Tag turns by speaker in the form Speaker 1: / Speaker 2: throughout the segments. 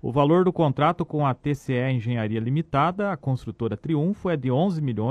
Speaker 1: O valor do contrato com a TCE Engenharia Limitada, a construtora Triunfo, é de R$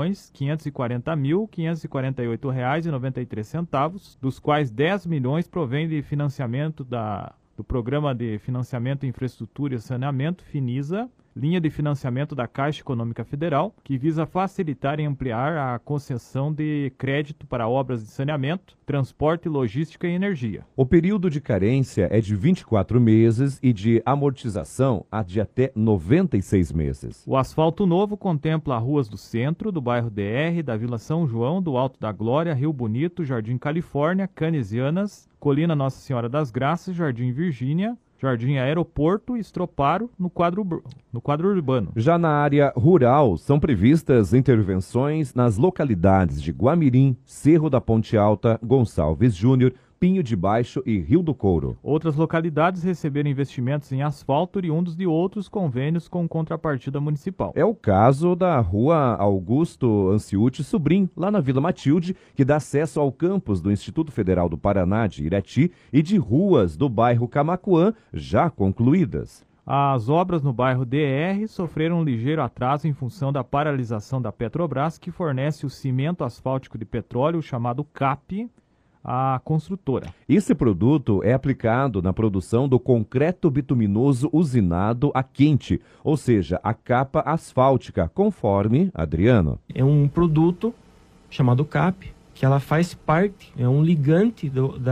Speaker 1: 11.540.548,93, dos quais R$ 10 milhões provém de financiamento do Programa de Financiamento em Infraestrutura e Saneamento, FINISA, linha de financiamento da Caixa Econômica Federal, que visa facilitar e ampliar a concessão de crédito para obras de saneamento, transporte, logística e energia.
Speaker 2: O período de carência é de 24 meses e de amortização de até 96 meses.
Speaker 1: O asfalto novo contempla ruas do centro, do bairro DR, da Vila São João, do Alto da Glória, Rio Bonito, Jardim Califórnia, Canesianas, Colina Nossa Senhora das Graças, Jardim Virgínia, Jardim Aeroporto e Estroparo, no quadro urbano.
Speaker 2: Já na área rural, são previstas intervenções nas localidades de Guamirim, Cerro da Ponte Alta, Gonçalves Júnior, Pinho de Baixo e Rio do Couro.
Speaker 1: Outras localidades receberam investimentos em asfalto oriundos de outros convênios com contrapartida municipal.
Speaker 2: É o caso da Rua Augusto Anciuti Sobrinho, lá na Vila Matilde, que dá acesso ao campus do Instituto Federal do Paraná de Irati, e de ruas do bairro Camaquã, já concluídas.
Speaker 1: As obras no bairro DR sofreram um ligeiro atraso em função da paralisação da Petrobras, que fornece o cimento asfáltico de petróleo, chamado CAP, à construtora.
Speaker 2: Esse produto é aplicado na produção do concreto bituminoso usinado a quente, ou seja, a capa asfáltica, conforme Adriano.
Speaker 3: É um produto chamado CAP, que ela faz parte, é um ligante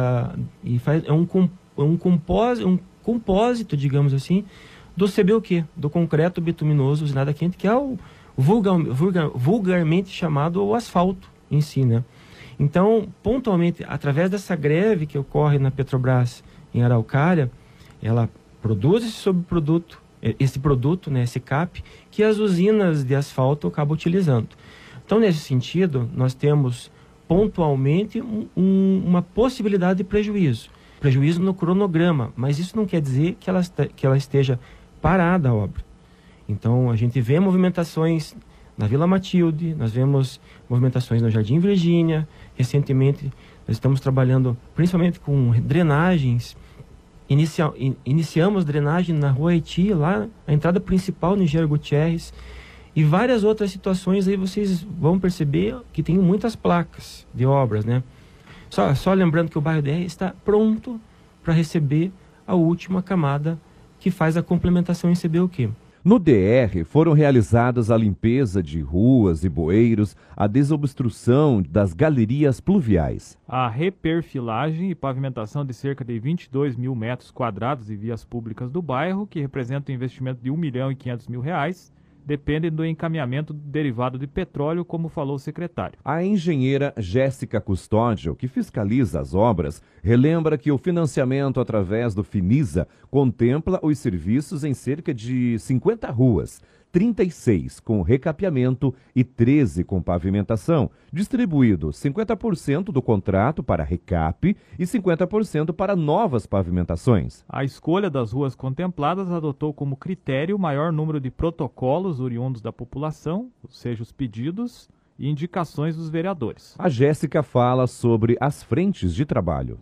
Speaker 3: um compósito, digamos assim, do CBUQ, do concreto bituminoso usinado a quente, que é o vulgarmente chamado o asfalto em si, né? Então, pontualmente, através dessa greve que ocorre na Petrobras em Araucária, ela produz esse produto, né, esse CAP, que as usinas de asfalto acabam utilizando. Então, nesse sentido, nós temos pontualmente uma possibilidade de prejuízo no cronograma, mas isso não quer dizer que ela esteja parada a obra. Então, a gente vê movimentações na Vila Matilde, nós vemos movimentações no Jardim Virgínia. Recentemente, nós estamos trabalhando principalmente com drenagens. Iniciamos drenagem na Rua Haiti, lá a entrada principal no Engenheiro Gutierrez, e várias outras situações. Aí vocês vão perceber que tem muitas placas de obras, né? Só lembrando que o bairro DR está pronto para receber a última camada que faz a complementação em CBUQ.
Speaker 2: No DR, foram realizadas a limpeza de ruas e bueiros, a desobstrução das galerias pluviais,
Speaker 1: a reperfilagem e pavimentação de cerca de 22 mil metros quadrados de vias públicas do bairro, que representa um investimento de R$ 1.500.000, dependem do encaminhamento derivado de petróleo, como falou o secretário.
Speaker 2: A engenheira Jéssica Custódio, que fiscaliza as obras, relembra que o financiamento através do FINISA contempla os serviços em cerca de 50 ruas, 36 com recapeamento e 13 com pavimentação, distribuído 50% do contrato para recape e 50% para novas pavimentações.
Speaker 1: A escolha das ruas contempladas adotou como critério o maior número de protocolos oriundos da população, ou seja, os pedidos e indicações dos vereadores.
Speaker 2: A Jéssica fala sobre as frentes de trabalho.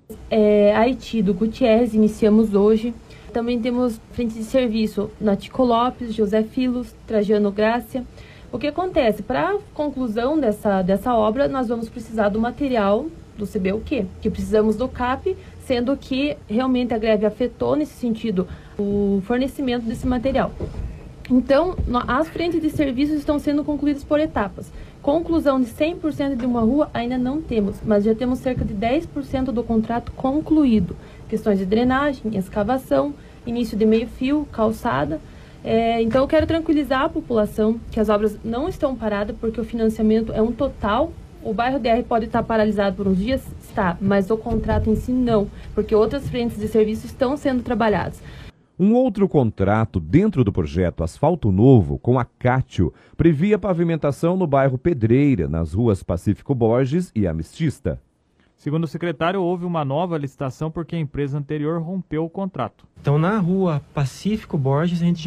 Speaker 4: Haiti do Gutierrez, iniciamos hoje. Também temos frente de serviço na Tico Lopes, José Filos, Trajano Grácia. O que acontece? Para a conclusão dessa obra, nós vamos precisar do material do CBUQ, que precisamos do CAP, sendo que realmente a greve afetou, nesse sentido, o fornecimento desse material. Então, as frentes de serviços estão sendo concluídas por etapas. Conclusão de 100% de uma rua ainda não temos, mas já temos cerca de 10% do contrato concluído. Questões de drenagem, escavação, início de meio-fio, calçada. Então, eu quero tranquilizar a população que as obras não estão paradas, porque o financiamento é um total. O bairro DR pode estar paralisado por uns dias, está, mas o contrato em si não, porque outras frentes de serviço estão sendo trabalhadas.
Speaker 2: Um outro contrato dentro do projeto Asfalto Novo, com a Cátio, previa pavimentação no bairro Pedreira, nas ruas Pacífico Borges e Amistista.
Speaker 1: Segundo o secretário, houve uma nova licitação porque a empresa anterior rompeu o contrato.
Speaker 3: Então, na rua Pacífico Borges, a gente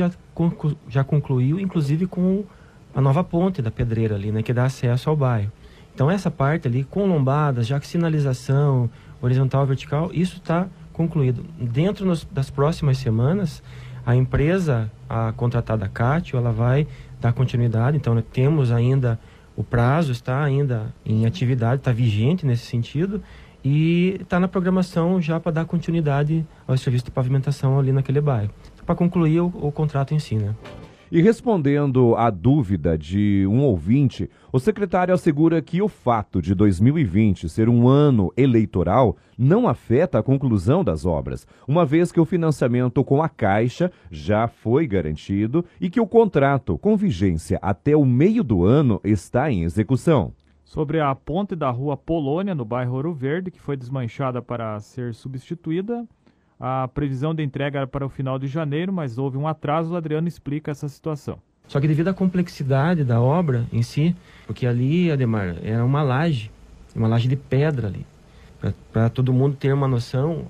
Speaker 3: já concluiu, inclusive com a nova ponte da Pedreira ali, né, que dá acesso ao bairro. Então, essa parte ali, com lombadas, já que sinalização horizontal e vertical, isso está concluído. Dentro das próximas semanas, A empresa, a contratada Cátio, ela vai dar continuidade, então nós temos ainda o prazo, está ainda em atividade, está vigente nesse sentido, e está na programação já para dar continuidade ao serviço de pavimentação ali naquele bairro, para concluir o contrato em si, né?
Speaker 2: E respondendo à dúvida de um ouvinte, o secretário assegura que o fato de 2020 ser um ano eleitoral não afeta a conclusão das obras, uma vez que o financiamento com a Caixa já foi garantido e que o contrato com vigência até o meio do ano está em execução.
Speaker 1: Sobre a ponte da Rua Polônia, no bairro Ouro Verde, que foi desmanchada para ser substituída, a previsão de entrega era para o final de janeiro, mas houve um atraso. O Adriano explica essa situação.
Speaker 3: Só que devido à complexidade da obra em si, porque ali, Ademar, era uma laje de pedra ali. Para todo mundo ter uma noção,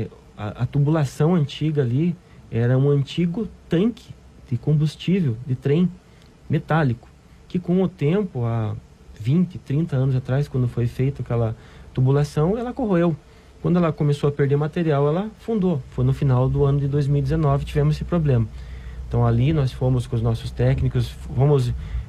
Speaker 3: a tubulação antiga ali era um antigo tanque de combustível, de trem metálico, que com o tempo, há 20, 30 anos atrás, quando foi feita aquela tubulação, ela corroeu. Quando ela começou a perder material, ela fundou. Foi no final do ano de 2019 que tivemos esse problema. Então ali nós fomos com os nossos técnicos, fomos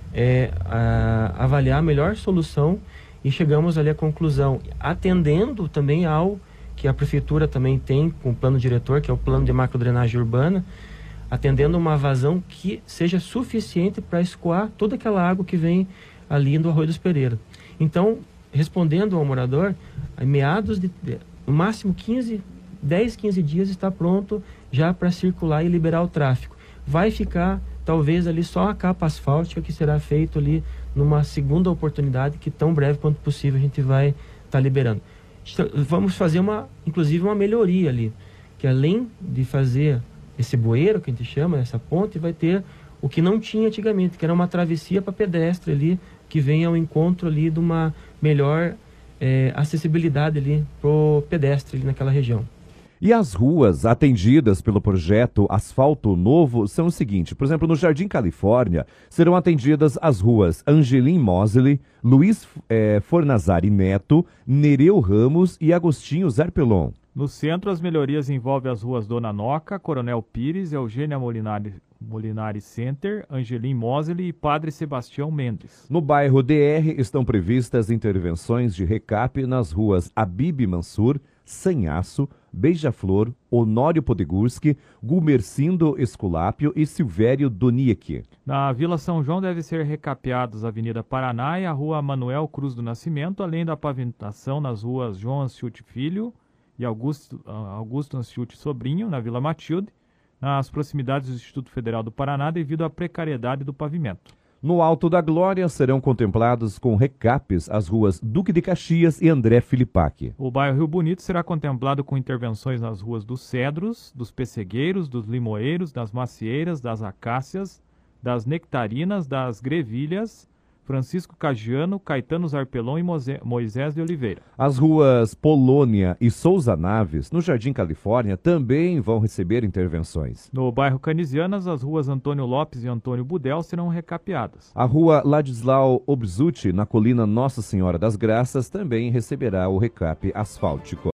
Speaker 3: avaliar a melhor solução e chegamos ali à conclusão, atendendo também ao que a prefeitura também tem com o plano diretor, que é o plano de macrodrenagem urbana, atendendo uma vazão que seja suficiente para escoar toda aquela água que vem ali do Arroio dos Pereira. Então, respondendo ao morador, em meados de no máximo 10, 15 dias está pronto já para circular e liberar o tráfego. Vai ficar talvez ali só a capa asfáltica, que será feito ali numa segunda oportunidade, que tão breve quanto possível a gente vai estar liberando. Vamos fazer inclusive uma melhoria ali, que além de fazer esse bueiro que a gente chama, essa ponte, vai ter o que não tinha antigamente, que era uma travessia para pedestre ali, que vem ao encontro ali de uma melhor acessibilidade ali para o pedestre ali naquela região.
Speaker 2: E as ruas atendidas pelo projeto Asfalto Novo são o seguinte: por exemplo, no Jardim Califórnia serão atendidas as ruas Angelim Mosley, Luiz Fornazari Neto, Nereu Ramos e Agostinho Zarpelon.
Speaker 1: No centro, as melhorias envolvem as ruas Dona Noca, Coronel Pires, Eugênia Molinari Center, Angelim Mosley e Padre Sebastião Mendes.
Speaker 2: No bairro DR estão previstas intervenções de recap nas ruas Abib Mansur, Sanhaço, Beija-Flor, Honório Podegurski, Gumercindo Esculápio e Silvério Doniek.
Speaker 1: Na Vila São João deve ser recapeados a Avenida Paraná e a Rua Manuel Cruz do Nascimento, além da pavimentação nas ruas João Anciuti Filho e Augusto Anciuti Sobrinho, na Vila Matilde, nas proximidades do Instituto Federal do Paraná, devido à precariedade do pavimento.
Speaker 2: No Alto da Glória serão contemplados com recapes as ruas Duque de Caxias e André Filipac.
Speaker 1: O bairro Rio Bonito será contemplado com intervenções nas ruas dos Cedros, dos Pessegueiros, dos Limoeiros, das Macieiras, das Acácias, das Nectarinas, das Grevilhas, Francisco Cagiano, Caetano Zarpelon e Moisés de Oliveira.
Speaker 2: As ruas Polônia e Souza Naves, no Jardim Califórnia, também vão receber intervenções.
Speaker 1: No bairro Canisianas, as ruas Antônio Lopes e Antônio Budel serão recapeadas.
Speaker 2: A rua Ladislau Obzuti, na colina Nossa Senhora das Graças, também receberá o recape asfáltico.